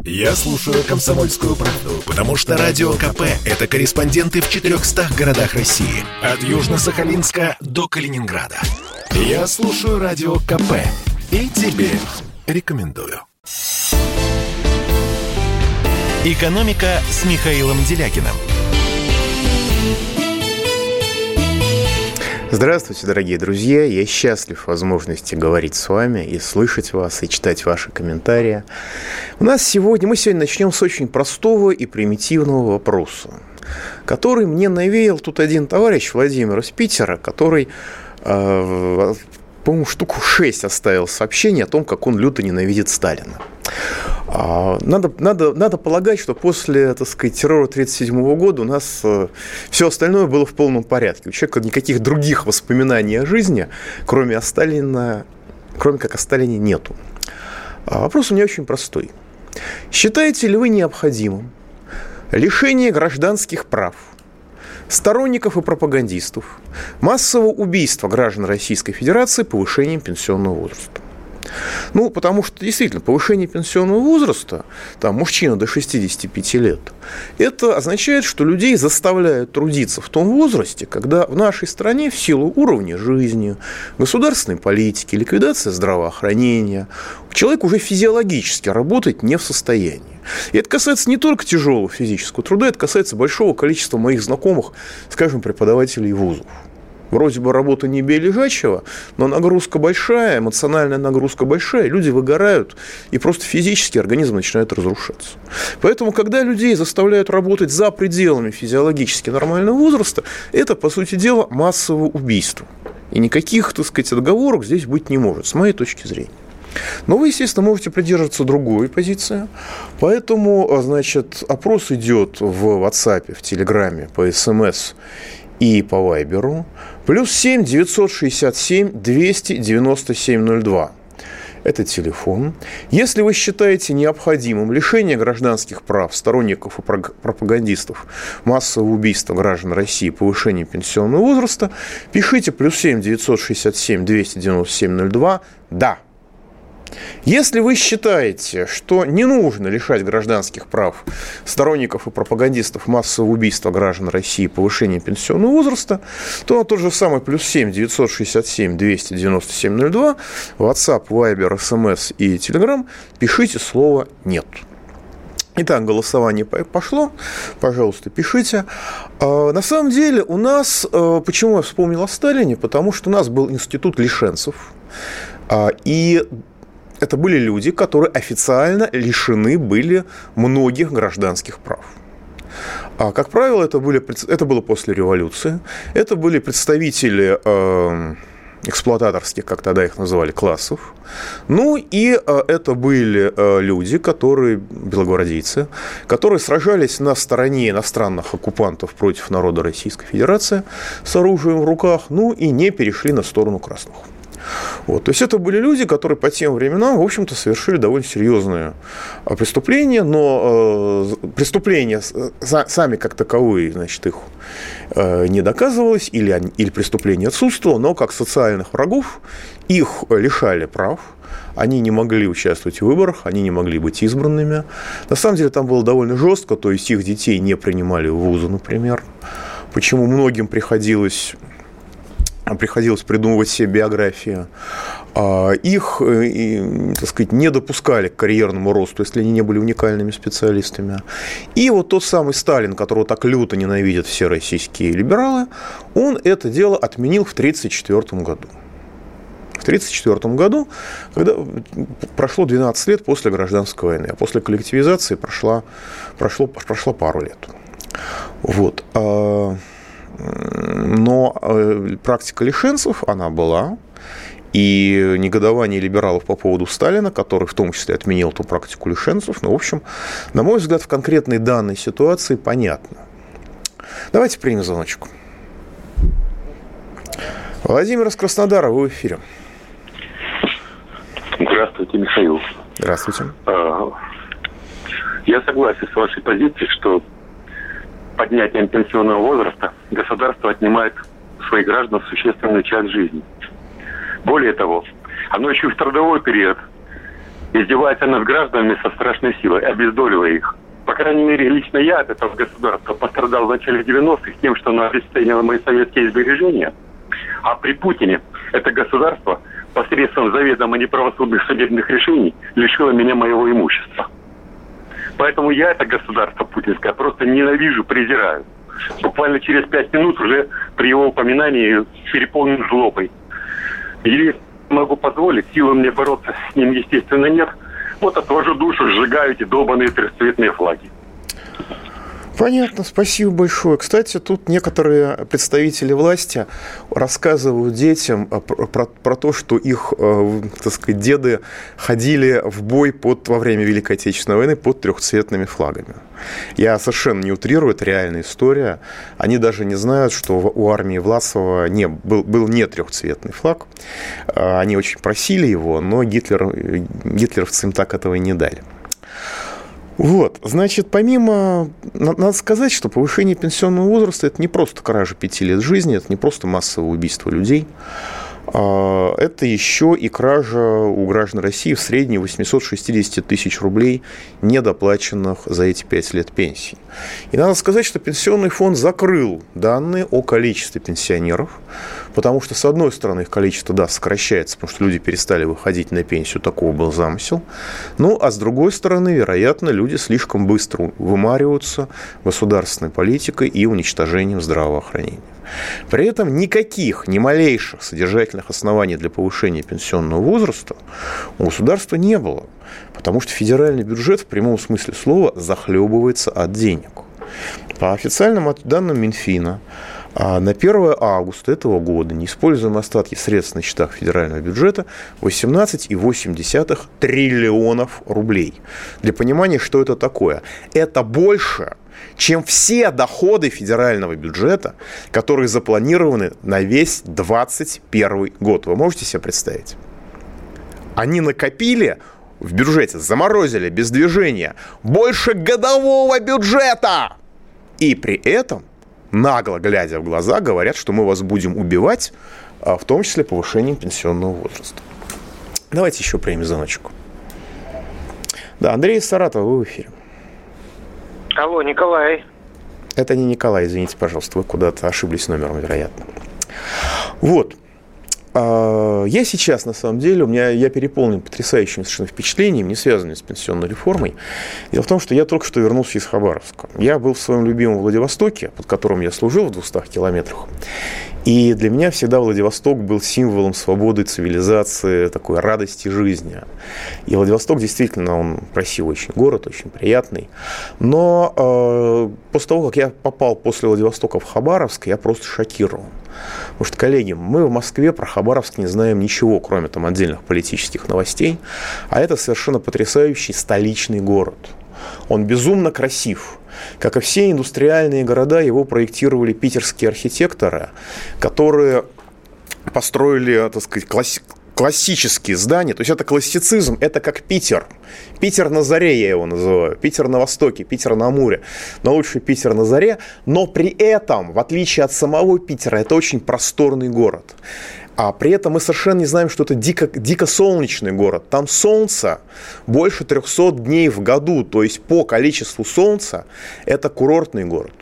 Я слушаю «Комсомольскую правду», потому что Радио КП – это корреспонденты в 400 городах России. От Южно-Сахалинска до Калининграда. Я слушаю Радио КП и тебе рекомендую. «Экономика» с Михаилом Делякиным. Здравствуйте, дорогие друзья! Я счастлив возможности говорить с вами и слышать вас, и читать ваши комментарии. Мы сегодня начнем с очень простого и примитивного вопроса, который мне навеял тут один товарищ, Владимир из Питера, который, по-моему, штуку 6 оставил сообщений о том, как он люто ненавидит Сталина. Надо полагать, что после, террора 1937 года у нас все остальное было в полном порядке. У человека никаких других воспоминаний о жизни, кроме как о Сталине, нету. Вопрос у меня очень простой. Считаете ли вы необходимым лишение гражданских прав сторонников и пропагандистов массового убийства граждан Российской Федерации повышением пенсионного возраста? Потому что, действительно, повышение пенсионного возраста, мужчина до 65 лет, это означает, что людей заставляют трудиться в том возрасте, когда в нашей стране в силу уровня жизни, государственной политики, ликвидации здравоохранения, человек уже физиологически работать не в состоянии. И это касается не только тяжелого физического труда, это касается большого количества моих знакомых, скажем, преподавателей вузов. Вроде бы работа не бей лежачего, но нагрузка большая, эмоциональная нагрузка большая, люди выгорают, и просто физически организм начинает разрушаться. Поэтому, когда людей заставляют работать за пределами физиологически нормального возраста, это, по сути дела, массовое убийство. И никаких, отговорок здесь быть не может, с моей точки зрения. Но вы, естественно, можете придерживаться другой позиции. Поэтому, опрос идет в WhatsApp, в Телеграме, по СМС и по Вайберу. +7 967 297 02. Это телефон. Если вы считаете необходимым лишение гражданских прав сторонников и пропагандистов массового убийства граждан России, повышение пенсионного возраста, пишите +7 967 297 02 «Да». Если вы считаете, что не нужно лишать гражданских прав сторонников и пропагандистов массового убийства граждан России, повышения пенсионного возраста, то на тот же самый +7 967 297 02, WhatsApp, Viber, SMS и Telegram пишите слово «нет». Итак, голосование пошло. Пожалуйста, пишите. На самом деле у нас, почему я вспомнил о Сталине, потому что у нас был институт лишенцев, и это были люди, которые официально лишены были многих гражданских прав. Как правило, это было после революции. Это были представители эксплуататорских, как тогда их называли, классов. Это были люди, белогвардейцы, которые сражались на стороне иностранных оккупантов против народа Российской Федерации с оружием в руках, и не перешли на сторону красных. То есть это были люди, которые по тем временам, в общем-то, совершили довольно серьезные преступления, но преступления сами как таковые, их не доказывалось, или преступление отсутствовало, но как социальных врагов их лишали прав, они не могли участвовать в выборах, они не могли быть избранными. На самом деле там было довольно жестко, то есть их детей не принимали в вузы, например, почему многим приходилось придумывать себе биографии. Их, не допускали к карьерному росту, если они не были уникальными специалистами. И тот самый Сталин, которого так люто ненавидят все российские либералы, он это дело отменил в 1934 году. В 1934 году, когда прошло 12 лет после гражданской войны, а после коллективизации прошло пару лет. Но практика лишенцев, она была, и негодование либералов по поводу Сталина, который в том числе отменил эту практику лишенцев, в общем, на мой взгляд, в конкретной данной ситуации понятно. Давайте примем звоночку. Владимир из Краснодара, вы в эфире. Здравствуйте, Михаил. Здравствуйте. Я согласен с вашей позицией, что поднятием пенсионного возраста государство отнимает у своих граждан существенную часть жизни. Более того, оно еще в трудовой период издевается над гражданами со страшной силой, обездоливая их. По крайней мере, лично я от этого государства пострадал в начале 90-х тем, что оно обесценило мои советские сбережения. А при Путине это государство посредством заведомо неправосудных судебных решений лишило меня моего имущества. Поэтому я это государство путинское просто ненавижу, презираю. Буквально через 5 минут уже при его упоминании переполнен злобой. И могу позволить, силы мне бороться с ним, естественно, нет. Вот отвожу душу, сжигаю эти долбаные трехцветные флаги. Понятно, спасибо большое. Кстати, тут некоторые представители власти рассказывают детям про то, что их, так сказать, деды ходили в бой во время Великой Отечественной войны под трехцветными флагами. Я совершенно не утрирую, это реальная история. Они даже не знают, что у армии Власова был не трехцветный флаг. Они очень просили его, но гитлеровцы им так этого и не дали. Вот, значит, надо сказать, что повышение пенсионного возраста – это не просто кража 5 лет жизни, это не просто массовое убийство людей, это еще и кража у граждан России в среднем 860 тысяч рублей, недоплаченных за эти 5 лет пенсии. И надо сказать, что пенсионный фонд закрыл данные о количестве пенсионеров, потому что, с одной стороны, их количество, да, сокращается, потому что люди перестали выходить на пенсию, такого был замысел. Ну, а с другой стороны, вероятно, люди слишком быстро вымариваются государственной политикой и уничтожением здравоохранения. При этом ни малейших содержательных оснований для повышения пенсионного возраста у государства не было, потому что федеральный бюджет в прямом смысле слова захлебывается от денег. По официальным данным Минфина, на 1 августа этого года неиспользуемые остатки средств на счетах федерального бюджета 18,8 триллионов рублей. Для понимания, что это такое? Это больше, чем все доходы федерального бюджета, которые запланированы на весь 2021 год. Вы можете себе представить? Они накопили в бюджете, заморозили без движения больше годового бюджета. И при этом, нагло глядя в глаза, говорят, что мы вас будем убивать, в том числе повышением пенсионного возраста. Давайте еще примем звоночку. Да, Андрей из Саратова, вы в эфире. Алло, Николай. Это не Николай, извините, пожалуйста, вы куда-то ошиблись номером, вероятно. Вот. Я сейчас, на самом деле, я переполнен потрясающими совершенно впечатлениями, не связанными с пенсионной реформой. Дело в том, что я только что вернулся из Хабаровска. Я был в своем любимом Владивостоке, под которым я служил в 200 километрах. И для меня всегда Владивосток был символом свободы, цивилизации, такой радости жизни. И Владивосток действительно, он красивый очень город, очень приятный. Но после того, как я попал после Владивостока в Хабаровск, я просто шокирован. Потому что, коллеги, мы в Москве про Хабаровск не знаем ничего, кроме там отдельных политических новостей. А это совершенно потрясающий столичный город. Он безумно красив. Как и все индустриальные города, его проектировали питерские архитекторы, которые построили, так сказать, классические здания. То есть это классицизм, это как Питер. Питер на заре я его называю. Питер на востоке, Питер на Амуре. Но лучше Питер на заре. Но при этом, в отличие от самого Питера, это очень просторный город. А при этом мы совершенно не знаем, что это дико солнечный город. Там солнца больше 300 дней в году. То есть по количеству солнца это курортный город.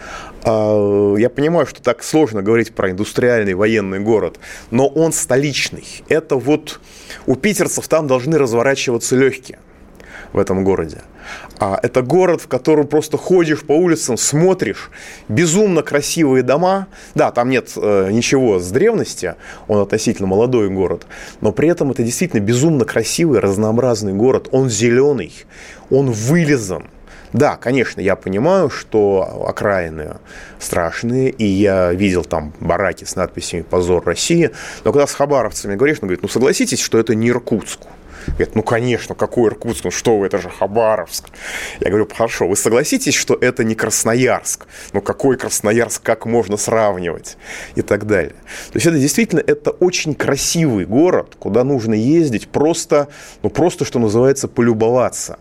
Я понимаю, что так сложно говорить про индустриальный военный город, но он столичный. Это вот у питерцев там должны разворачиваться легкие в этом городе. Это город, в котором просто ходишь по улицам, смотришь, безумно красивые дома. Да, там нет ничего с древности, он относительно молодой город, но при этом это действительно безумно красивый, разнообразный город. Он зеленый, он вылизан. Да, конечно, я понимаю, что окраины страшные, и я видел там бараки с надписями «Позор России», но когда с хабаровцами говоришь, он говорит, ну согласитесь, что это не Иркутск. Говорит, ну конечно, какой Иркутск, ну что вы, это же Хабаровск. Я говорю, хорошо, вы согласитесь, что это не Красноярск? Ну какой Красноярск, как можно сравнивать? И так далее. То есть это действительно, это очень красивый город, куда нужно ездить просто, что называется, полюбоваться.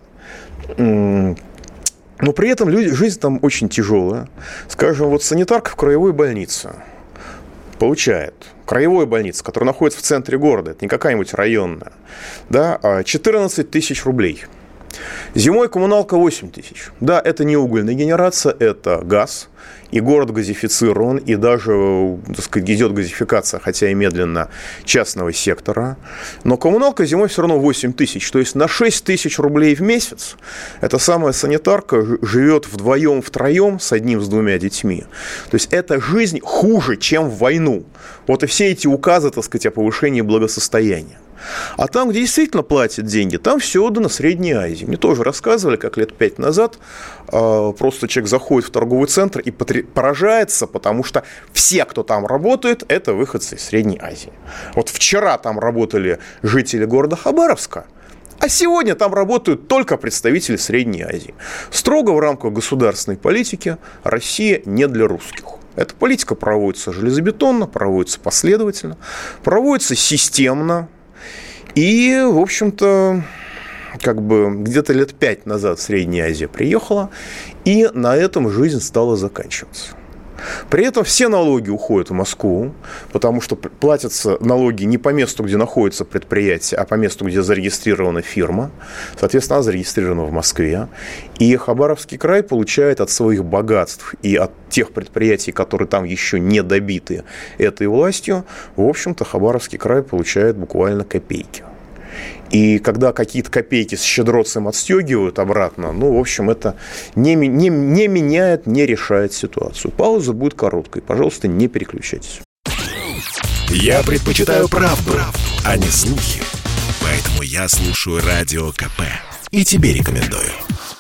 Но при этом жизнь там очень тяжелая. Скажем, вот санитарка в краевой больнице. получает краевой больницы, которая находится в центре города, это не какая-нибудь районная, да, 14 тысяч рублей. Зимой коммуналка 8 тысяч. Да, это не угольная генерация, это газ. И город газифицирован, и даже, так сказать, идет газификация, хотя и медленно, частного сектора. Но коммуналка зимой все равно 8 тысяч. То есть на 6 тысяч рублей в месяц эта самая санитарка живет вдвоем-втроем с одним, с двумя детьми. То есть это жизнь хуже, чем в войну. Вот и все эти указы, так сказать, о повышении благосостояния. А там, где действительно платят деньги, там все отдано Средней Азии. Мне тоже рассказывали, как лет 5 назад просто человек заходит в торговый центр и поражается, потому что все, кто там работает, это выходцы из Средней Азии. Вот вчера там работали жители города Хабаровска, а сегодня там работают только представители Средней Азии. Строго в рамках государственной политики Россия не для русских. Эта политика проводится железобетонно, проводится последовательно, проводится системно. И, в общем-то, как бы где-то лет 5 назад Средняя Азия приехала, и на этом жизнь стала заканчиваться. При этом все налоги уходят в Москву, потому что платятся налоги не по месту, где находится предприятие, а по месту, где зарегистрирована фирма. Соответственно, она зарегистрирована в Москве. И Хабаровский край получает от своих богатств и от тех предприятий, которые там еще не добиты этой властью, в общем-то, Хабаровский край получает буквально копейки. И когда какие-то копейки с щедротцем отстегивают обратно, ну, в общем, это не меняет, не решает ситуацию. Пауза будет короткой. Пожалуйста, не переключайтесь. Я предпочитаю правду, а не слухи. Поэтому я слушаю Радио КП. И тебе рекомендую.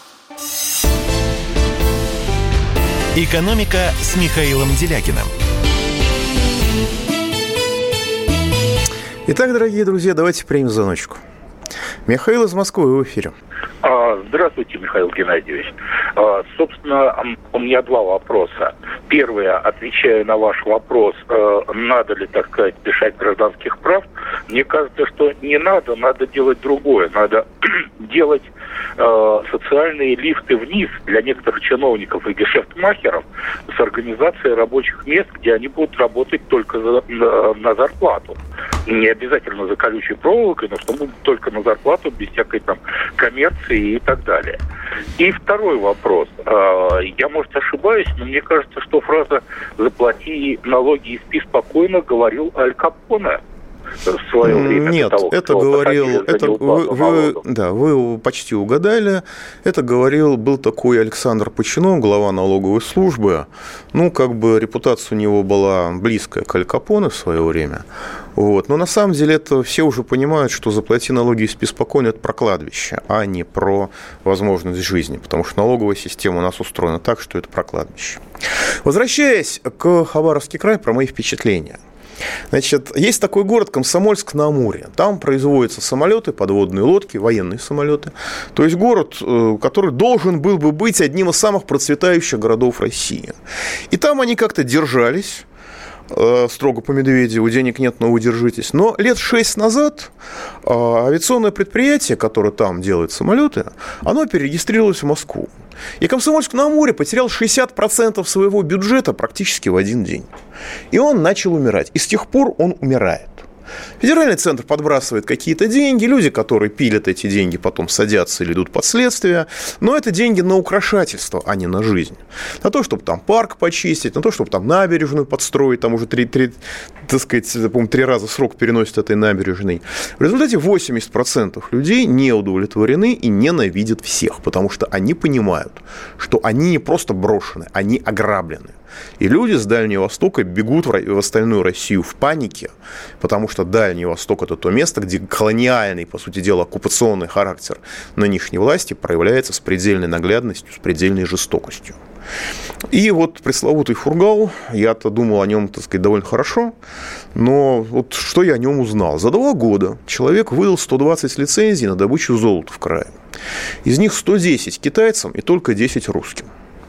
«Экономика» с Михаилом Делякиным. Итак, дорогие друзья, давайте примем звоночку. Михаил из Москвы в эфире. Здравствуйте, Михаил Геннадьевич. Собственно, у меня два вопроса. Первое, отвечая на ваш вопрос, надо ли, так сказать, лишать гражданских прав, мне кажется, что не надо, надо делать другое. Надо делать социальные лифты вниз для некоторых чиновников и гешефтмахеров с организацией рабочих мест, где они будут работать только на зарплату. Не обязательно за колючей проволокой, но что будут только на зарплату, без всякой там коммерции и так далее. И второй вопрос. Я, может, ошибаюсь, но мне кажется, что фраза «заплати налоги и спи спокойно» говорил Аль Капоне. В свое время. Нет, это говорил, вы почти угадали. Это был такой Александр Починов, глава налоговой службы. Ну, как бы репутация у него была близкая к Аль Капоне в свое время. Вот. Но на самом деле это все уже понимают, что заплати налоги и спи спокойно – это про кладбище, а не про возможность жизни, потому что налоговая система у нас устроена так, что это про кладбище. Возвращаясь к Хабаровский край, про мои впечатления. Значит, есть такой город Комсомольск-на-Амуре. Там производятся самолеты, подводные лодки, военные самолеты. То есть город, который должен был бы быть одним из самых процветающих городов России. И там они как-то держались, строго по Медведеву, денег нет, но вы держитесь. Но лет 6 назад авиационное предприятие, которое там делает самолеты, оно перерегистрировалось в Москву. И Комсомольск-на-Амуре потерял 60% своего бюджета практически в один день. И он начал умирать. И с тех пор он умирает. Федеральный центр подбрасывает какие-то деньги, люди, которые пилят эти деньги, потом садятся или идут под следствие, но это деньги на украшательство, а не на жизнь. На то, чтобы там парк почистить, на то, чтобы там набережную подстроить, там уже 3 раза срок переносят этой набережной. В результате 80% людей не удовлетворены и ненавидят всех, потому что они понимают, что они не просто брошены, они ограблены. И люди с Дальнего Востока бегут в остальную Россию в панике, потому что Дальний Восток – это то место, где колониальный, по сути дела, оккупационный характер нынешней власти проявляется с предельной наглядностью, с предельной жестокостью. И вот пресловутый Фургал, я-то думал о нем, так сказать, довольно хорошо, но вот что я о нем узнал? За 2 года человек выдал 120 лицензий на добычу золота в крае. Из них 110 китайцам и только 10 русским.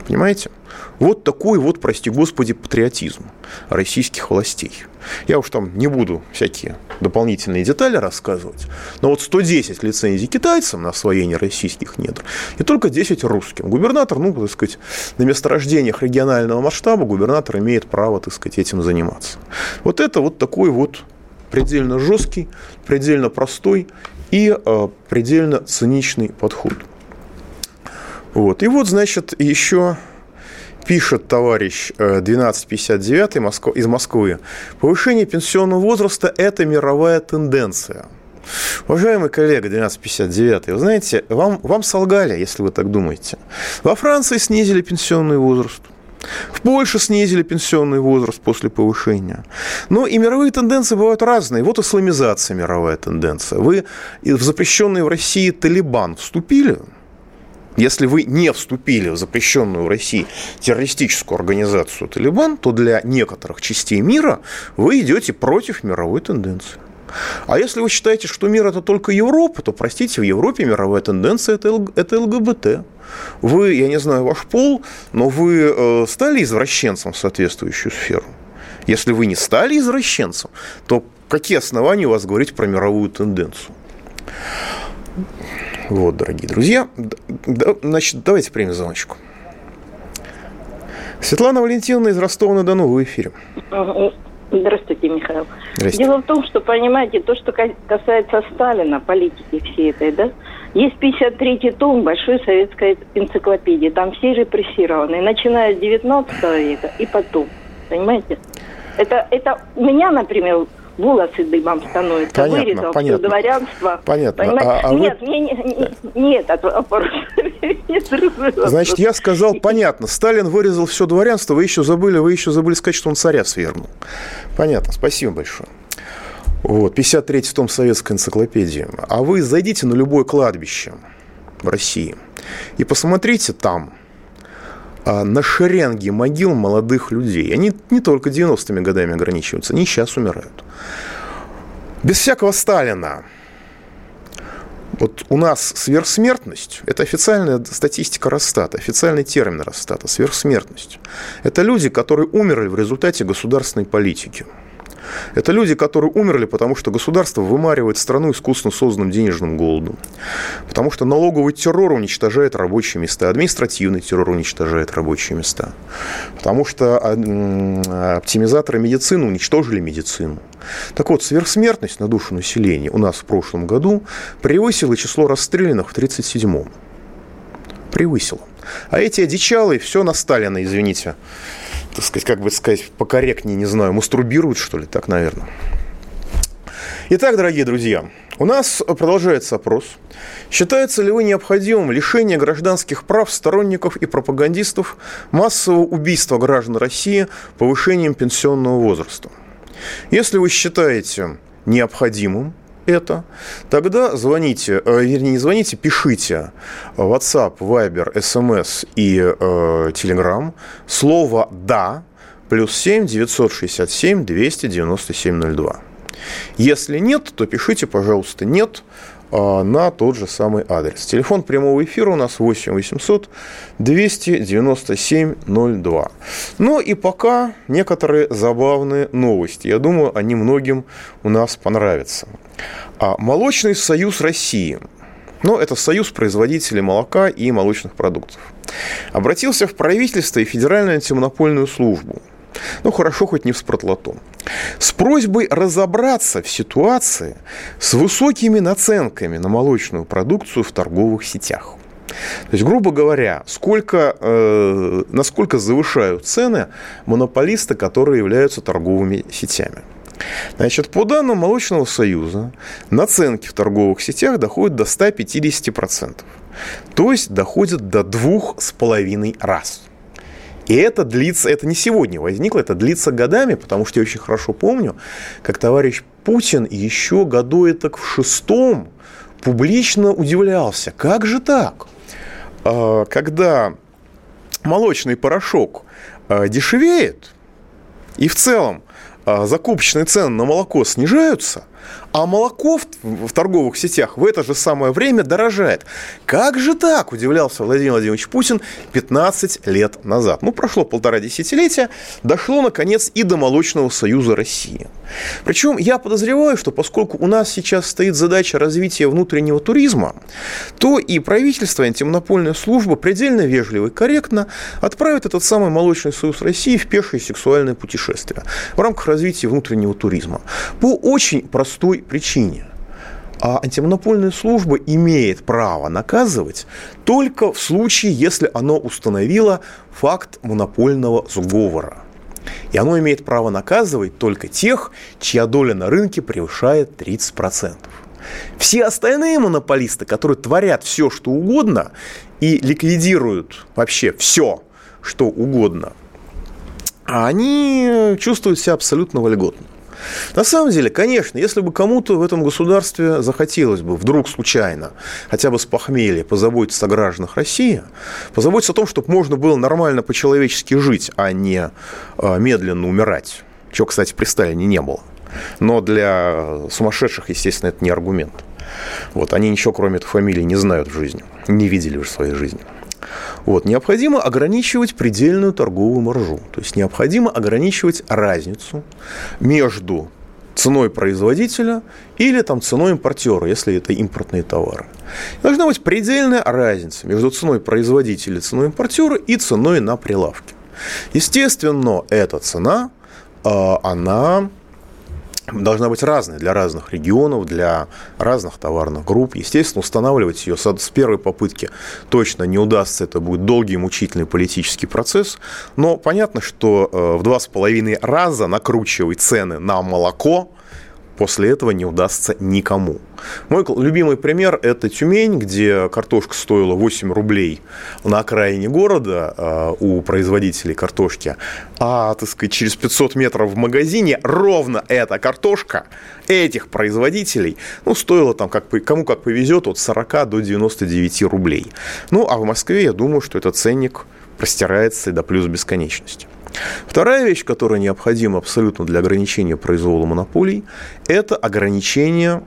Понимаете? Вот такой вот, прости господи, патриотизм российских властей. Я уж там не буду всякие дополнительные детали рассказывать, но вот 110 лицензий китайцам на освоение российских недр и только 10 русским. Губернатор, так сказать, на месторождениях регионального масштаба губернатор имеет право, так сказать, этим заниматься. Вот это вот такой вот предельно жесткий, предельно простой и предельно циничный подход. Вот. И вот, значит, еще пишет товарищ 1259 из Москвы. Повышение пенсионного возраста – это мировая тенденция. Уважаемый коллега 1259, вы знаете, вам солгали, если вы так думаете. Во Франции снизили пенсионный возраст. В Польше снизили пенсионный возраст после повышения. Но и мировые тенденции бывают разные. Вот исламизация – мировая тенденция. Вы в запрещенный в России Талибан вступили? Если вы не вступили в запрещенную в России террористическую организацию Талибан, то для некоторых частей мира вы идете против мировой тенденции. А если вы считаете, что мир – это только Европа, то, простите, в Европе мировая тенденция – это ЛГБТ. Вы, я не знаю ваш пол, но вы стали извращенцем в соответствующую сферу. Если вы не стали извращенцем, то какие основания у вас говорить про мировую тенденцию? Вот, дорогие друзья. Значит, давайте примем звоночку. Светлана Валентиновна из Ростова-на-Дону, вы в эфире. Здравствуйте, Михаил. Здравствуйте. Дело в том, что, понимаете, то, что касается Сталина, политики всей этой, да, есть 53-й том Большой советской энциклопедии. Там все репрессированы, начиная с 19 века и потом. Понимаете? Это у меня, например, волосы дымом становятся. Понятно, вырезал понятно. все дворянство. Понятно. Нет, это вопрос. Значит, я сказал, понятно, Сталин вырезал все дворянство, вы еще забыли сказать, что он царя свергнул. Понятно, спасибо большое. Вот, 53-й том советской энциклопедии. А вы зайдите на любое кладбище в России и посмотрите там на шеренги могил молодых людей. Они не только 90-ми годами ограничиваются, они сейчас умирают. Без всякого Сталина. Вот у нас сверхсмертность, это официальная статистика Росстата, официальный термин Росстата, сверхсмертность. Это люди, которые умерли в результате государственной политики. Это люди, которые умерли, потому что государство вымаривает страну искусственно созданным денежным голодом. Потому что налоговый террор уничтожает рабочие места, административный террор уничтожает рабочие места. Потому что оптимизаторы медицины уничтожили медицину. Так вот, сверхсмертность на душу населения у нас в прошлом году превысила число расстрелянных в 1937-м. Превысила. А эти одичалые все на Сталина, извините, так сказать, как бы сказать, покорректнее, не знаю, мастурбируют, что ли, так, наверное. Итак, дорогие друзья, у нас продолжается опрос. Считается ли вы необходимым лишение гражданских прав сторонников и пропагандистов массового убийства граждан России повышением пенсионного возраста? Если вы считаете необходимым это, тогда звоните, вернее, не звоните, пишите в WhatsApp, Viber, SMS и Telegram слово «да» +7 967 297 02. Если нет, то пишите, пожалуйста, «нет» на тот же самый адрес. Телефон прямого эфира у нас 8 800 297 02. Ну и пока некоторые забавные новости. Я думаю, они многим у нас понравятся. Молочный союз России, это союз производителей молока и молочных продуктов, обратился в правительство и Федеральную антимонопольную службу. Хорошо, хоть не в Спротлото. С просьбой разобраться в ситуации с высокими наценками на молочную продукцию в торговых сетях. То есть, грубо говоря, насколько завышают цены монополисты, которые являются торговыми сетями. Значит, по данным Молочного союза, наценки в торговых сетях доходят до 150%. То есть, доходят до 2,5 раз. И это длится, это не сегодня возникло, это длится годами, потому что я очень хорошо помню, как товарищ Путин еще году этак в 6-м публично удивлялся. Как же так? Когда молочный порошок дешевеет, и в целом закупочные цены на молоко снижаются, А молоко в торговых сетях в это же самое время дорожает. Как же так, удивлялся Владимир Владимирович Путин 15 лет назад. Ну, прошло 1,5 десятилетия, дошло, наконец, и до Молочного союза России. Причем я подозреваю, что поскольку у нас сейчас стоит задача развития внутреннего туризма, то и правительство, и антимонопольная служба предельно вежливо и корректно отправят этот самый Молочный союз России в пешее сексуальное путешествие в рамках развития внутреннего туризма. По очень простой причине. А антимонопольная служба имеет право наказывать только в случае, если оно установило факт монопольного сговора. И оно имеет право наказывать только тех, чья доля на рынке превышает 30%. Все остальные монополисты, которые творят все, что угодно, и ликвидируют вообще все, что угодно, они чувствуют себя абсолютно вольготно. На самом деле, конечно, если бы кому-то в этом государстве захотелось бы вдруг случайно, хотя бы с похмелья, позаботиться о гражданах России, позаботиться о том, чтобы можно было нормально по-человечески жить, а не медленно умирать, чего, кстати, при Сталине не было. Но для сумасшедших, естественно, это не аргумент. Вот, они ничего, кроме этой фамилии, не знают в жизни, не видели в своей жизни. Вот, необходимо ограничивать предельную торговую маржу. То есть необходимо ограничивать разницу между ценой производителя или там, ценой импортера, если это импортные товары. Должна быть предельная разница между ценой производителя, ценой импортера и ценой на прилавке. Естественно, эта цена, она должна быть разной для разных регионов, для разных товарных групп. Естественно, устанавливать ее с первой попытки точно не удастся. Это будет долгий и мучительный политический процесс. Но понятно, что в 2,5 раза накручивать цены на молоко после этого не удастся никому. Мой любимый пример – это Тюмень, где картошка стоила 8 рублей на окраине города у производителей картошки, а, так сказать, через 500 метров в магазине ровно эта картошка этих производителей, стоила там, кому как повезет, от 40 до 99 рублей. А в Москве, я думаю, что этот ценник простирается и до плюс бесконечности. Вторая вещь, которая необходима абсолютно для ограничения произвола монополий, это ограничение,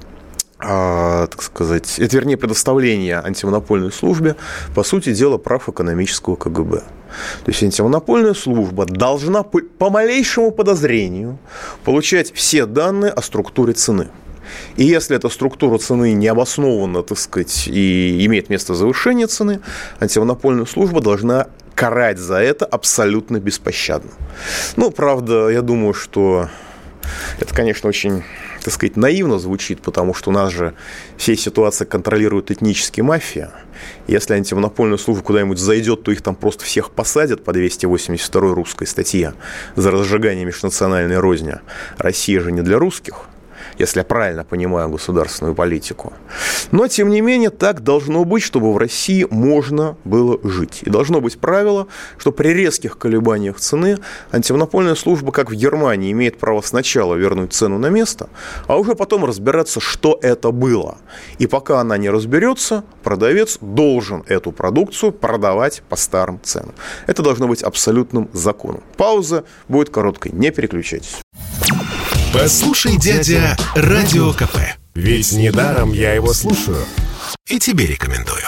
предоставление антимонопольной службе, по сути дела, прав экономического КГБ. То есть антимонопольная служба должна по малейшему подозрению получать все данные о структуре цены. И если эта структура цены необоснованна, и имеет место завышение цены, антимонопольная служба должна карать за это абсолютно беспощадно. Правда, я думаю, что это, конечно, очень, наивно звучит, потому что у нас же все ситуации контролирует этническая мафия. Если антимонопольная служба куда-нибудь зайдет, то их там просто всех посадят по 282 русской статье за разжигание межнациональной розни. Россия же не для русских, если я правильно понимаю государственную политику. Но, тем не менее, так должно быть, чтобы в России можно было жить. И должно быть правило, что при резких колебаниях цены антимонопольная служба, как в Германии, имеет право сначала вернуть цену на место, а уже потом разбираться, что это было. И пока она не разберется, продавец должен эту продукцию продавать по старым ценам. Это должно быть абсолютным законом. Пауза будет короткой, не переключайтесь. Послушай, дядя, Радио КП. Ведь недаром я его слушаю. И тебе рекомендую.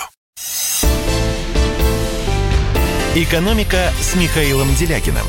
«Экономика» с Михаилом Делякиным.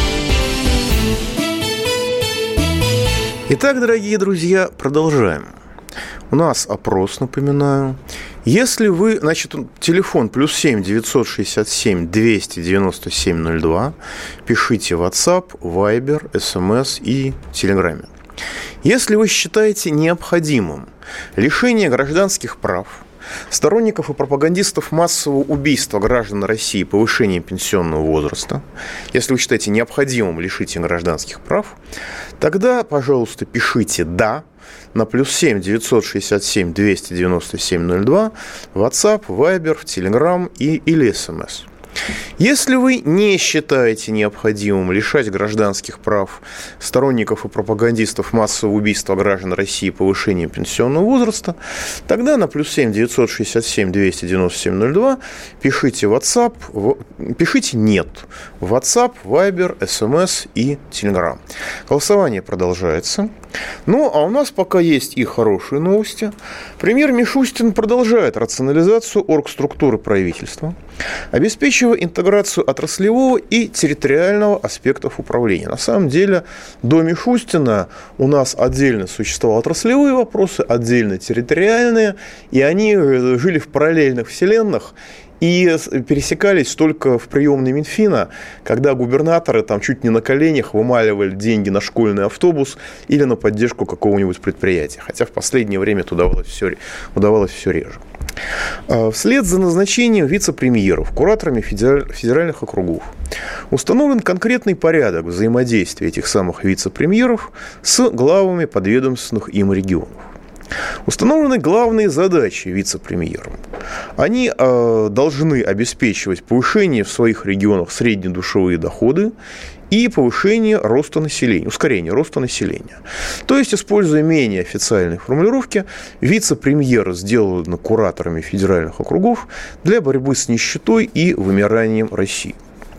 Итак, дорогие друзья, продолжаем. У нас опрос, напоминаю. Если вы, телефон +7 967 297 02, пишите в WhatsApp, Viber, SMS и Telegram. Если вы считаете необходимым лишение гражданских прав сторонников и пропагандистов массового убийства граждан России повышением пенсионного возраста, если вы считаете необходимым лишить их гражданских прав, тогда, пожалуйста, пишите «да» на +7 967 297 02, WhatsApp, Viber, Telegram или SMS. Если вы не считаете необходимым лишать гражданских прав сторонников и пропагандистов массового убийства граждан России повышением пенсионного возраста, тогда на +7 967 297 02 пишите WhatsApp, пишите «нет» в WhatsApp, Viber, SMS и Telegram. Голосование продолжается. Ну, а у нас пока есть и хорошие новости. Премьер Мишустин продолжает рационализацию оргструктуры правительства, обеспечивая интеграцию отраслевого и территориального аспектов управления. На самом деле, до Мишустина у нас отдельно существовали отраслевые вопросы, отдельно территориальные, и они жили в параллельных вселенных, и пересекались только в приемной Минфина, когда губернаторы там чуть не на коленях вымаливали деньги на школьный автобус или на поддержку какого-нибудь предприятия. Хотя в последнее время это удавалось все реже. Вслед за назначением вице-премьеров кураторами федеральных округов установлен конкретный порядок взаимодействия этих самых вице-премьеров с главами подведомственных им регионов. Установлены главные задачи вице-премьерам. Они должны обеспечивать повышение в своих регионах среднедушевые доходы и повышение роста населения, ускорение роста населения. То есть, используя менее официальные формулировки, вице-премьеры сделаны кураторами федеральных округов для борьбы с нищетой и вымиранием России.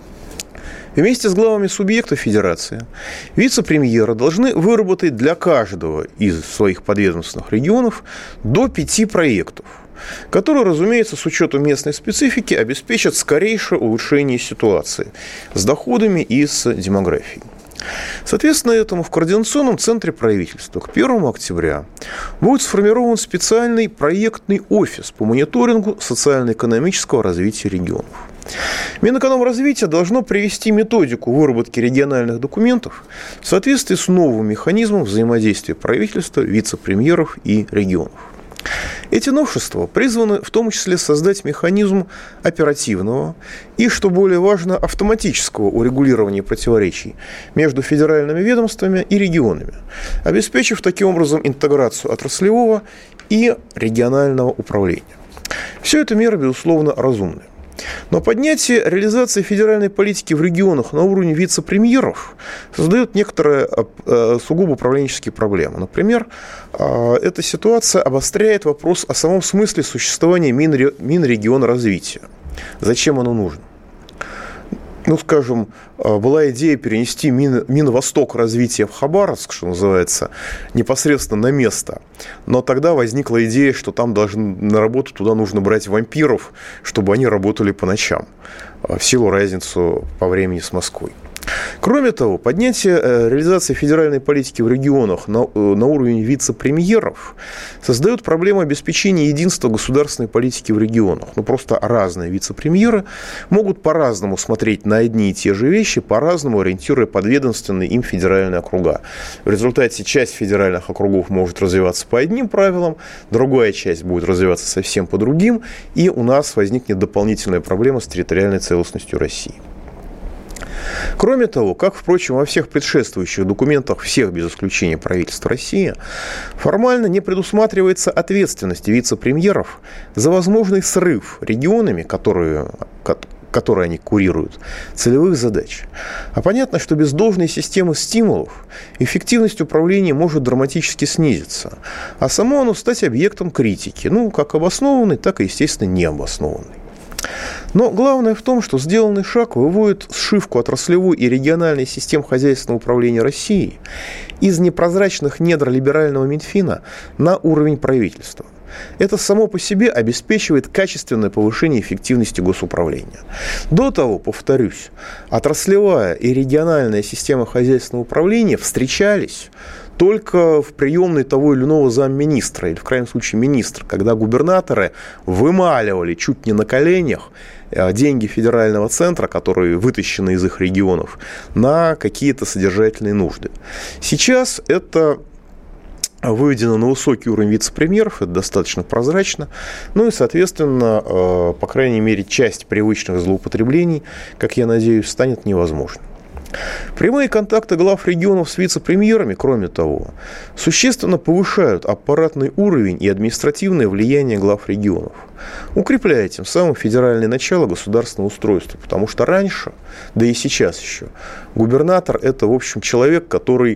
Вместе с главами субъектов федерации вице-премьеры должны выработать для каждого из своих подведомственных регионов до 5 проектов, которые, разумеется, с учетом местной специфики обеспечат скорейшее улучшение ситуации с доходами и с демографией. Соответственно, этому в Координационном центре правительства к 1 октября будет сформирован специальный проектный офис по мониторингу социально-экономического развития регионов. Минэкономразвитие должно привести методику выработки региональных документов в соответствии с новым механизмом взаимодействия правительства, вице-премьеров и регионов. Эти новшества призваны в том числе создать механизм оперативного и, что более важно, автоматического урегулирования противоречий между федеральными ведомствами и регионами, обеспечив таким образом интеграцию отраслевого и регионального управления. Все это меры, безусловно, разумные. Но поднятие реализации федеральной политики в регионах на уровне вице-премьеров создает некоторые сугубо управленческие проблемы. Например, эта ситуация обостряет вопрос о самом смысле существования Минрегионразвития. Зачем оно нужно? Ну, скажем, была идея перенести Минвосток развития в Хабаровск, что называется, непосредственно на место. Но тогда возникла идея, что там на работу туда нужно брать вампиров, чтобы они работали по ночам, в силу разницы по времени с Москвой. Кроме того, поднятие реализации федеральной политики в регионах на уровень вице-премьеров создает проблему обеспечения единства государственной политики в регионах. Ну, просто разные вице-премьеры могут по-разному смотреть на одни и те же вещи, по-разному ориентируя подведомственные им федеральные округа. В результате часть федеральных округов может развиваться по одним правилам, другая часть будет развиваться совсем по другим, и у нас возникнет дополнительная проблема с территориальной целостностью России. Кроме того, как, впрочем, во всех предшествующих документах всех без исключения правительств России, формально не предусматривается ответственность вице-премьеров за возможный срыв регионами, которые они курируют, целевых задач. А понятно, что без должной системы стимулов эффективность управления может драматически снизиться, а само оно стать объектом критики, как обоснованной, так и, естественно, необоснованной. Но главное в том, что сделанный шаг выводит сшивку отраслевой и региональной систем хозяйственного управления России из непрозрачных недр либерального Минфина на уровень правительства. Это само по себе обеспечивает качественное повышение эффективности госуправления. До того, повторюсь, отраслевая и региональная система хозяйственного управления встречались только в приемной того или иного замминистра, или в крайнем случае министра, когда губернаторы вымаливали чуть не на коленях деньги федерального центра, которые вытащены из их регионов, на какие-то содержательные нужды. Сейчас это выведено на высокий уровень вице-премьеров, это достаточно прозрачно, и, соответственно, по крайней мере, часть привычных злоупотреблений, как я надеюсь, станет невозможной. Прямые контакты глав регионов с вице-премьерами, кроме того, существенно повышают аппаратный уровень и административное влияние глав регионов, укрепляя тем самым федеральное начало государственного устройства. Потому что раньше, да и сейчас еще, губернатор – это, в общем, человек, который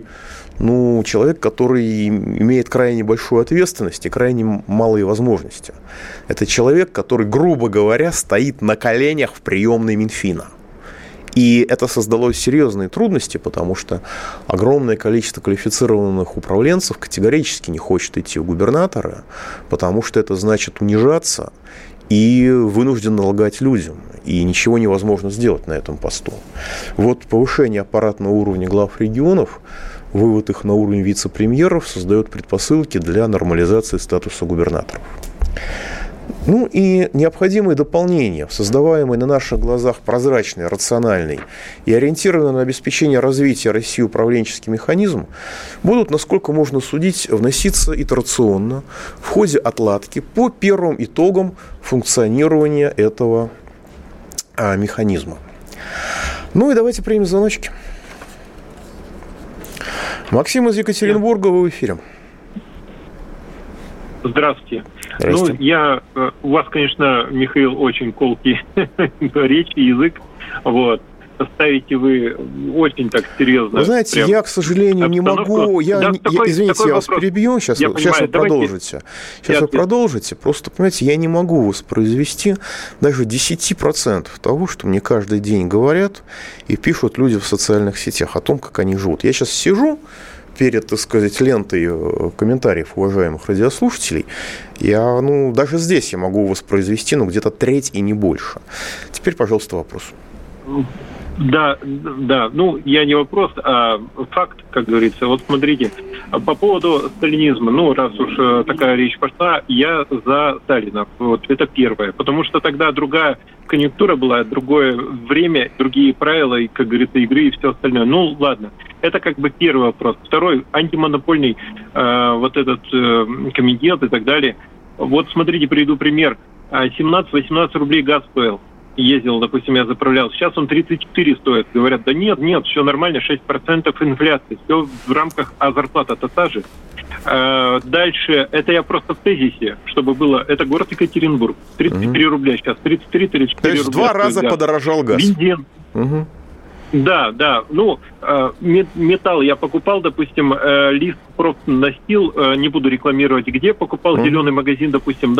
имеет крайне большую ответственность и крайне малые возможности. Это человек, который, грубо говоря, стоит на коленях в приемной Минфина. И это создало серьезные трудности, потому что огромное количество квалифицированных управленцев категорически не хочет идти в губернаторы, потому что это значит унижаться и вынужденно лгать людям. И ничего невозможно сделать на этом посту. Вот повышение аппаратного уровня глав регионов, вывод их на уровень вице-премьеров создает предпосылки для нормализации статуса губернаторов. И необходимые дополнения в создаваемый на наших глазах прозрачный, рациональный и ориентированный на обеспечение развития России управленческий механизм будут, насколько можно судить, вноситься итерационно в ходе отладки по первым итогам функционирования этого механизма. И давайте примем звоночки. Максим из Екатеринбурга, вы в эфире. Здравствуйте. У вас, конечно, Михаил, очень колкий речь и язык. Ставите вы очень так серьезно. Вы знаете, я, к сожалению, не могу... Извините, я вас перебью. Сейчас вы продолжите. Сейчас вы продолжите. Просто, понимаете, я не могу воспроизвести даже 10% того, что мне каждый день говорят и пишут люди в социальных сетях о том, как они живут. Я сейчас сижу перед, так сказать, лентой комментариев уважаемых радиослушателей, я, даже здесь я могу воспроизвести, где-то треть и не больше. Теперь, пожалуйста, вопрос. Да, я не вопрос, а факт, как говорится. Вот смотрите, по поводу сталинизма, раз уж такая речь пошла, я за Сталина. Это первое. Потому что тогда другая конъюнктура была, другое время, другие правила, и, как говорится, игры и все остальное. Ладно. Это как бы первый вопрос. Второй, антимонопольный этот комитет и так далее. Вот смотрите, приведу пример. 17-18 рублей газ стоил. Ездил, допустим, я заправлял. Сейчас он 34 стоит. Говорят, да нет, все нормально, 6% инфляции. Все в рамках, а зарплата-то та же. Дальше, это я просто в тезисе, чтобы было, это город Екатеринбург. 34 рубля сейчас, 33-34 рубля. То есть в 2 раза подорожал газ. Бензин. Да. Металл я покупал, допустим, лист просто настил, не буду рекламировать, где покупал, зеленый магазин, допустим,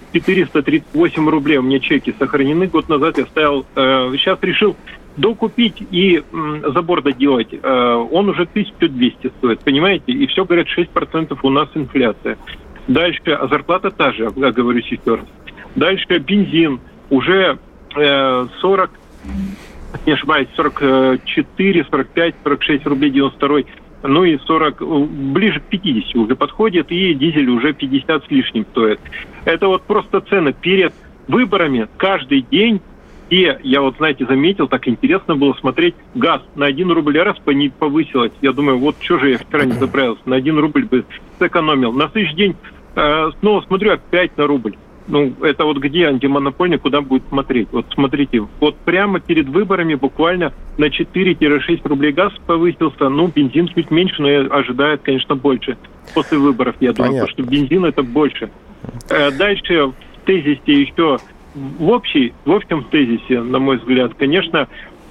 438 рублей у меня чеки сохранены. Год назад я ставил, сейчас решил докупить и забор доделать. Он уже 1200 стоит, понимаете? И все, говорят, 6% у нас инфляция. Дальше, зарплата та же, я говорю еще раз. Дальше бензин уже 40... не ошибаюсь, 44, 45, 46 рублей 92, и 40, ближе к 50 уже подходит, и дизель уже 50 с лишним стоит. Это просто цены перед выборами каждый день, и я заметил, так интересно было смотреть, газ на 1 рубль раз повысилось. Я думаю, что же я вчера не заправился, на 1 рубль бы сэкономил. На следующий день снова смотрю, опять на рубль. Это где антимонопольный, куда будет смотреть? Смотрите, прямо перед выборами буквально на 4-6 рублей газ повысился. Бензин чуть меньше, но ожидает, конечно, больше. После выборов, я думаю, потому что бензин это больше. Дальше в тезисе еще, в общем тезисе, на мой взгляд, конечно,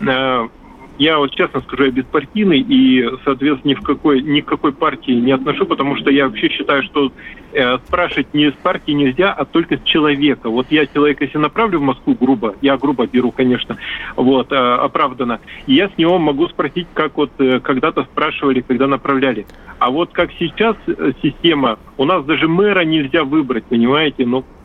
я честно скажу, я беспартийный и, соответственно, ни к какой партии не отношу, потому что я вообще считаю, что спрашивать не с партии нельзя, а только с человека. Я человека, если направлю в Москву грубо, я грубо беру, конечно, оправданно, и я с него могу спросить, как когда-то спрашивали, когда направляли. А как сейчас система, у нас даже мэра нельзя выбрать, понимаете,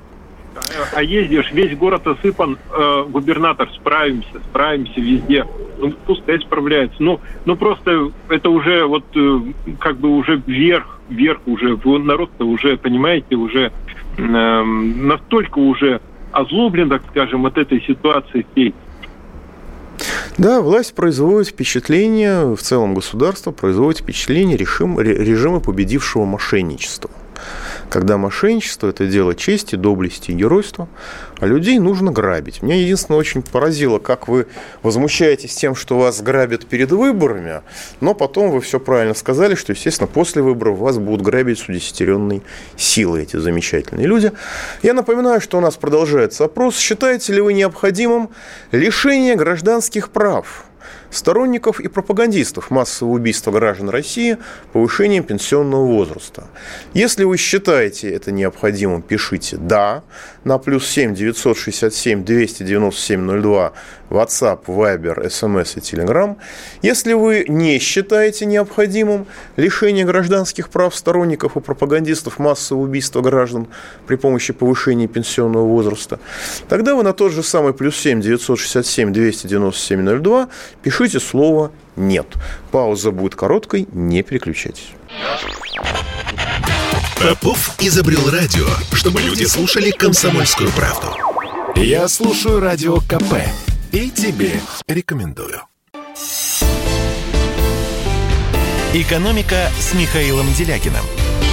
а ездишь, весь город осыпан, губернатор, справимся везде. Пускай справляется. Просто это уже уже вверх уже. Народ-то уже, понимаете, уже настолько уже озлоблен, так скажем, от этой ситуации всей. Да, власть производит впечатление, в целом государство производит впечатление режима победившего мошенничества, Когда мошенничество – это дело чести, доблести и геройства, а людей нужно грабить. Меня единственное очень поразило, как вы возмущаетесь тем, что вас грабят перед выборами, но потом вы все правильно сказали, что, естественно, после выборов вас будут грабить с удесятеренной силой эти замечательные люди. Я напоминаю, что у нас продолжается опрос. Считаете ли вы необходимым лишение гражданских прав сторонников и пропагандистов массового убийства граждан России повышением пенсионного возраста? Если вы считаете это необходимым, пишите «да» на +7 967 297 02, WhatsApp, Viber, SMS и Telegram. Если вы не считаете необходимым лишение гражданских прав сторонников и пропагандистов массового убийства граждан при помощи повышения пенсионного возраста, тогда вы на тот же самый +7 967 297 02 пишите слово «нет». Пауза будет короткой, не переключайтесь. Попов изобрел радио, чтобы люди слушали «Комсомольскую правду». Я слушаю Радио КП и тебе рекомендую. «Экономика» с Михаилом Делякиным.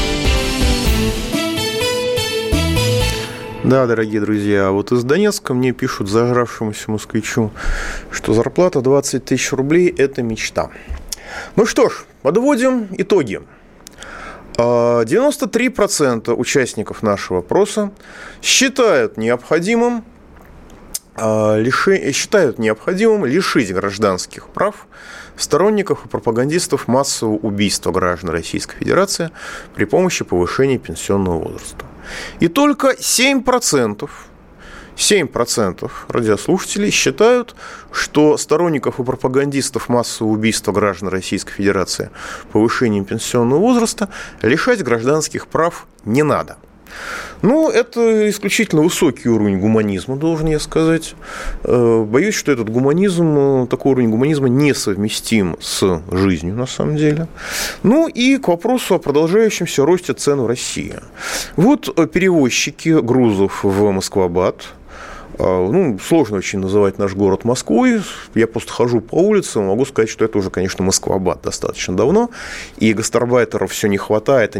Да, дорогие друзья, вот из Донецка мне пишут, зажравшемуся москвичу, что зарплата 20 тысяч рублей – это мечта. Ну что ж, подводим итоги. 93% участников нашего опроса считают необходимым лишить гражданских прав сторонников и пропагандистов массового убийства граждан Российской Федерации при помощи повышения пенсионного возраста. И только 7% радиослушателей считают, что сторонников и пропагандистов массового убийства граждан Российской Федерации повышением пенсионного возраста лишать гражданских прав не надо. Ну, это исключительно высокий уровень гуманизма, должен я сказать. Боюсь, что этот гуманизм, такой уровень гуманизма несовместим с жизнью, на самом деле. Ну, и к вопросу о продолжающемся росте цен в России. Вот перевозчики грузов в Москва-Бад. Ну, сложно очень называть наш город Москвой. Я просто хожу по улицам, могу сказать, что это уже, конечно, Москва-Бад достаточно давно. И гастарбайтеров все не хватает.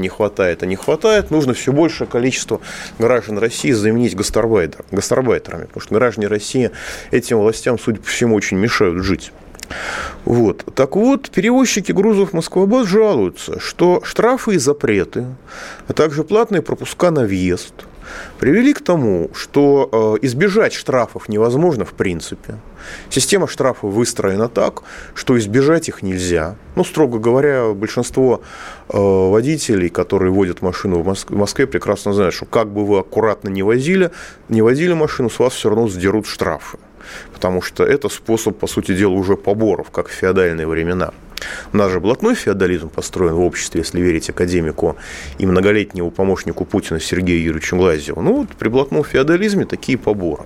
Нужно все большее количество граждан России заменить гастарбайтерами. Потому что граждане России этим властям, судя по всему, очень мешают жить. Вот. Так вот, перевозчики грузов Москва-Бад жалуются, что штрафы и запреты, а также платные пропуска на въезд привели к тому, что избежать штрафов невозможно в принципе. Система штрафов выстроена так, что избежать их нельзя. Ну, строго говоря, большинство водителей, которые водят машину в Москве, прекрасно знают, что как бы вы аккуратно не возили машину, с вас все равно сдерут штрафы. Потому что это способ, по сути дела, уже поборов, как в феодальные времена. У нас же блатной феодализм построен в обществе, если верить академику и многолетнему помощнику Путина Сергею Юрьевичу Глазьеву. Ну, вот при блатном феодализме такие поборы.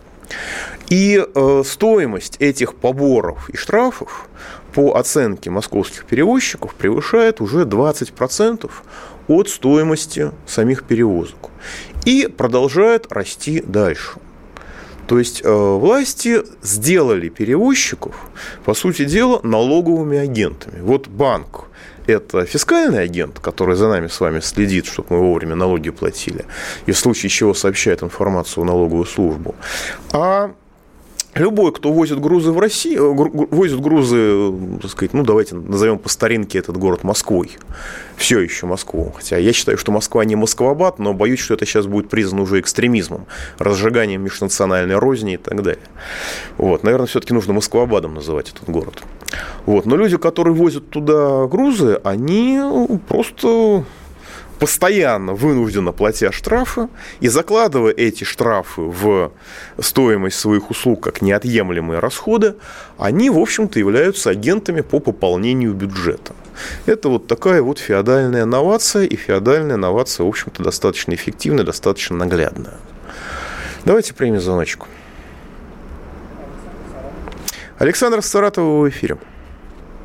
И стоимость этих поборов и штрафов по оценке московских перевозчиков превышает уже 20% от стоимости самих перевозок. И продолжает расти дальше. То есть власти сделали перевозчиков, по сути дела, налоговыми агентами. Вот банк – это фискальный агент, который за нами с вами следит, чтобы мы вовремя налоги платили, и в случае чего сообщает информацию в налоговую службу. А любой, кто возит грузы в Россию, возит грузы, так сказать, ну, давайте назовем по старинке этот город Москвой. Все еще Москву. Хотя я считаю, что Москва не Москва-Бад, но боюсь, что это сейчас будет признано уже экстремизмом, разжиганием межнациональной розни и так далее. Вот. Наверное, все-таки нужно Москва-Бадом называть этот город. Вот. Но люди, которые возят туда грузы, они просто постоянно, вынужденно платя штрафы и закладывая эти штрафы в стоимость своих услуг как неотъемлемые расходы, они, в общем-то, являются агентами по пополнению бюджета. Это вот такая вот феодальная новация, и феодальная новация, в общем-то, достаточно эффективная, достаточно наглядная. Давайте примем звоночку. Александр Саратова в эфире.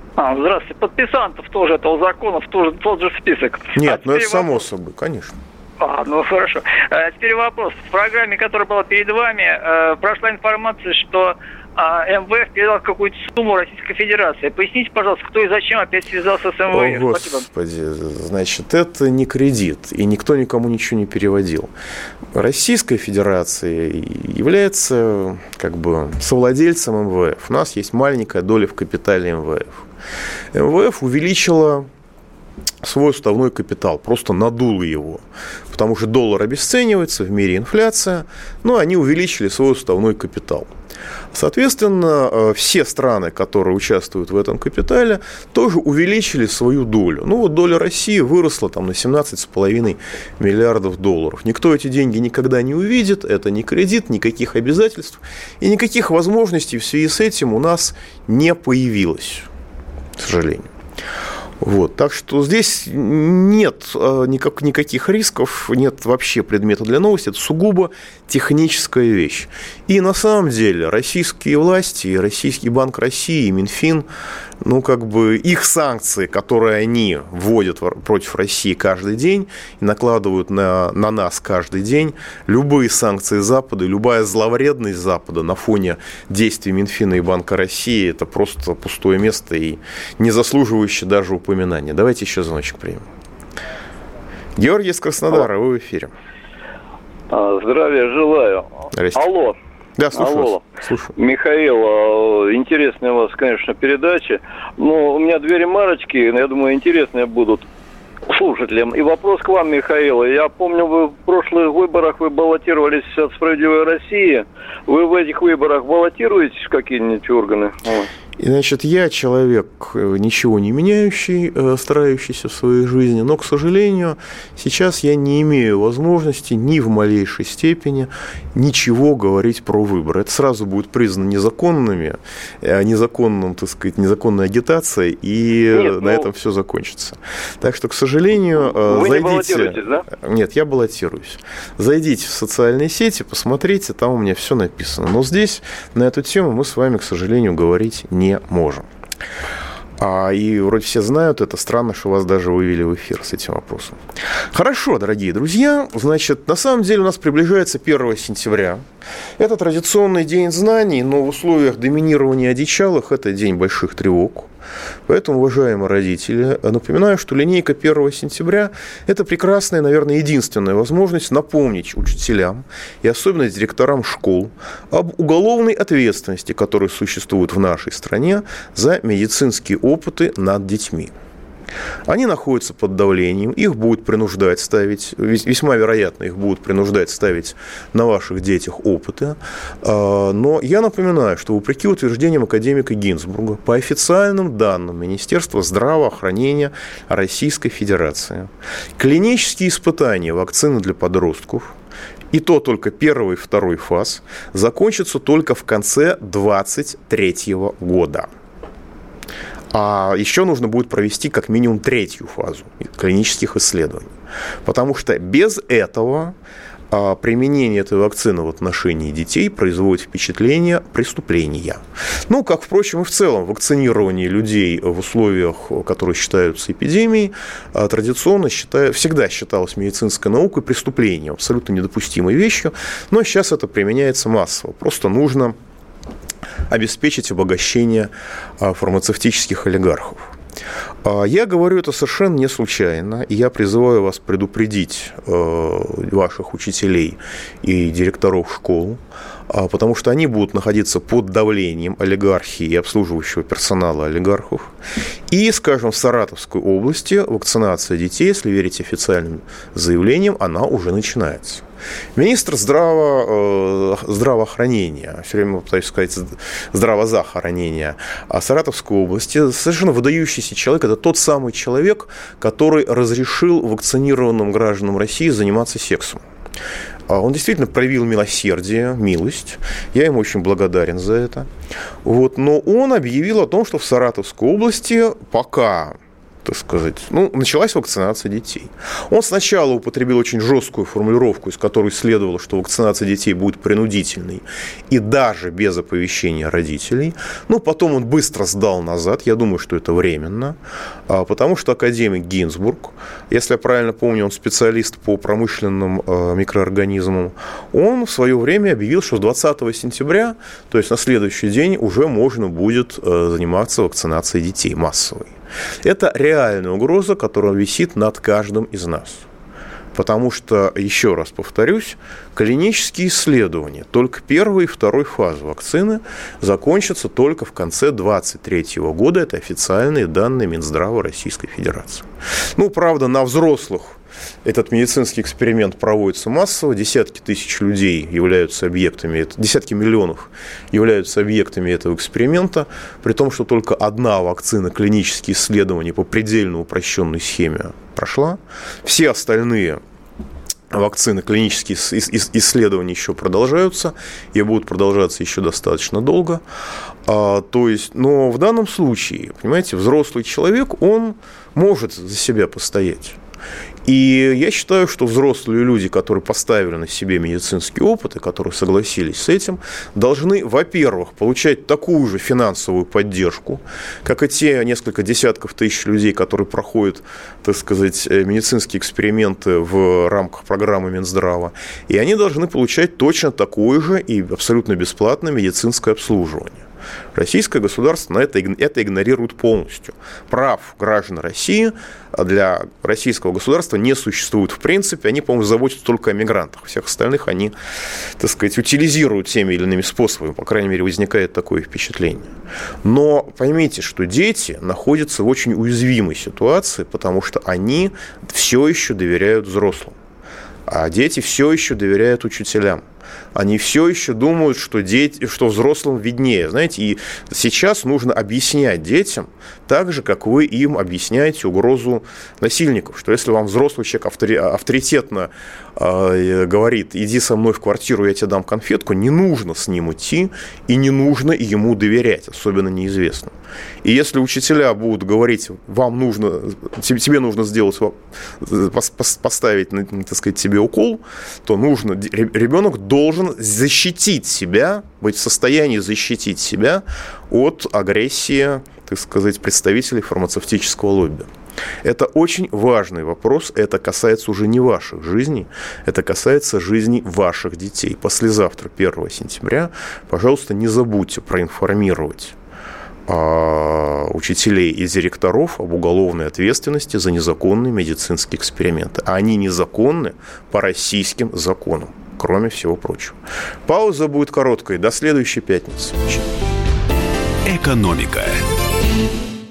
Здравствуйте. Подписантов тоже этого закона, тот же список. Нет, ну это само собой, конечно. Ну хорошо. Теперь вопрос. В программе, которая была перед вами, прошла информация, что МВФ передал какую-то сумму Российской Федерации. Поясните, пожалуйста, кто и зачем опять связался с МВФ? О, Господи, значит, это не кредит, и никто никому ничего не переводил. Российская Федерация является как бы совладельцем МВФ. У нас есть маленькая доля в капитале МВФ. МВФ увеличила свой уставной капитал, просто надула его, потому что доллар обесценивается, в мире инфляция, но они увеличили свой уставной капитал. Соответственно, все страны, которые участвуют в этом капитале, тоже увеличили свою долю. Ну вот доля России выросла там на 17,5 миллиардов долларов. Никто эти деньги никогда не увидит, это не кредит, никаких обязательств и никаких возможностей в связи с этим у нас не появилось, к сожалению. Вот, так что здесь нет никаких рисков, нет вообще предмета для новости, это сугубо техническая вещь. И на самом деле российские власти, и Российский банк России, и Минфин, ну как бы их санкции, которые они вводят против России каждый день и накладывают на нас каждый день, любые санкции Запада, любая зловредность Запада на фоне действий Минфина и Банка России, это просто пустое место и не заслуживающее даже упоминания. Давайте еще звоночек примем. Георгий из Краснодара, вы в эфире. Здравия желаю. Здрасте. Алло. Да, слушаю. Алло. Слушаю. Михаил, интересная у вас, конечно, передача. Но у меня две ремарочки, я думаю, интересные будут слушателям. И вопрос к вам, Михаил. Я помню, вы в прошлых выборах вы баллотировались от «Справедливой России». Вы в этих выборах баллотируетесь в какие-нибудь органы? И, значит, я человек, ничего не меняющий, старающийся в своей жизни, но, к сожалению, сейчас я не имею возможности ни в малейшей степени ничего говорить про выборы. Это сразу будет признано незаконной агитацией, и на этом все закончится. Так что, к сожалению, вы зайдите... не баллотируетесь, да? Нет, я баллотируюсь. Зайдите в социальные сети, посмотрите, там у меня все написано. Но здесь на эту тему мы с вами, к сожалению, говорить не можем. И вроде все знают, это странно, что вас даже вывели в эфир с этим вопросом. Хорошо, дорогие друзья, значит, на самом деле у нас приближается 1 сентября. Это традиционный день знаний, но в условиях доминирования одичалых это день больших тревог. Поэтому, уважаемые родители, напоминаю, что линейка 1 сентября – это прекрасная, наверное, единственная возможность напомнить учителям и особенно директорам школ об уголовной ответственности, которая существует в нашей стране за медицинские опыты над детьми. Они находятся под давлением, их будут принуждать ставить, весьма вероятно, их будут принуждать ставить на ваших детях опыты. Но я напоминаю, что вопреки утверждениям академика Гинзбурга, по официальным данным Министерства здравоохранения Российской Федерации, клинические испытания вакцины для подростков, и то только 1 и 2 фаз, закончатся только в конце 2023 года. А еще нужно будет провести как минимум 3-ю фазу клинических исследований. Потому что без этого применение этой вакцины в отношении детей производит впечатление преступления. Ну, как, впрочем, и в целом вакцинирование людей в условиях, которые считаются эпидемией, традиционно всегда считалось медицинской наукой преступлением, абсолютно недопустимой вещью, но сейчас это применяется массово. Просто нужно обеспечить обогащение фармацевтических олигархов. Я говорю это совершенно не случайно, и я призываю вас предупредить ваших учителей и директоров школ, потому что они будут находиться под давлением олигархии и обслуживающего персонала олигархов. И, скажем, в Саратовской области вакцинация детей, если верить официальным заявлениям, она уже начинается. Министр здравоохранения, все время пытаюсь сказать здравозахоронения, Саратовской области, совершенно выдающийся человек, это тот самый человек, который разрешил вакцинированным гражданам России заниматься сексом. Он действительно проявил милосердие, милость. Я ему очень благодарен за это. Вот. Но он объявил о том, что в Саратовской области пока, так сказать, началась вакцинация детей. Он сначала употребил очень жесткую формулировку, из которой следовало, что вакцинация детей будет принудительной и даже без оповещения родителей. Но потом он быстро сдал назад. Я думаю, что это временно. Потому что академик Гинзбург, если я правильно помню, он специалист по промышленным микроорганизмам, он в свое время объявил, что с 20 сентября, то есть на следующий день, уже можно будет заниматься вакцинацией детей массовой. Это реальная угроза, которая висит над каждым из нас. Потому что, еще раз повторюсь, клинические исследования только первой и второй фазы вакцины закончатся только в конце 2023 года. Это официальные данные Минздрава Российской Федерации. Правда, на взрослых этот медицинский эксперимент проводится массово. Десятки тысяч людей являются объектами, десятки миллионов являются объектами этого эксперимента, при том, что только одна вакцина, клинические исследования по предельно упрощенной схеме прошла. Все остальные вакцины, клинические исследования еще продолжаются и будут продолжаться еще достаточно долго. Но в данном случае, понимаете, взрослый человек, он может за себя постоять. И я считаю, что взрослые люди, которые поставили на себе медицинский опыт и которые согласились с этим, должны, во-первых, получать такую же финансовую поддержку, как и те несколько десятков тысяч людей, которые проходят, так сказать, медицинские эксперименты в рамках программы Минздрава. И они должны получать точно такое же и абсолютно бесплатное медицинское обслуживание. Российское государство это игнорирует полностью. Прав граждан России для российского государства не существует в принципе. Они, по-моему, заботятся только о мигрантах. Всех остальных они, так сказать, утилизируют теми или иными способами. По крайней мере, возникает такое впечатление. Но поймите, что дети находятся в очень уязвимой ситуации, потому что они все еще доверяют взрослым. А дети все еще доверяют учителям. Они все еще думают, что взрослым виднее. Знаете, и сейчас нужно объяснять детям так же, как вы им объясняете угрозу насильников. Что если вам взрослый человек авторитетно говорит: иди со мной в квартиру, я тебе дам конфетку, не нужно с ним идти и не нужно ему доверять, особенно неизвестным. И если учителя будут говорить: тебе нужно сделать, поставить, так сказать, тебе укол, то ребенок должен защитить себя, быть в состоянии защитить себя от агрессии, так сказать, представителей фармацевтического лобби. Это очень важный вопрос, это касается уже не ваших жизней, это касается жизней ваших детей. Послезавтра, 1 сентября, пожалуйста, не забудьте проинформировать учителей и директоров об уголовной ответственности за незаконные медицинские эксперименты. А они незаконны по российским законам, кроме всего прочего. Пауза будет короткой. До следующей пятницы. Экономика.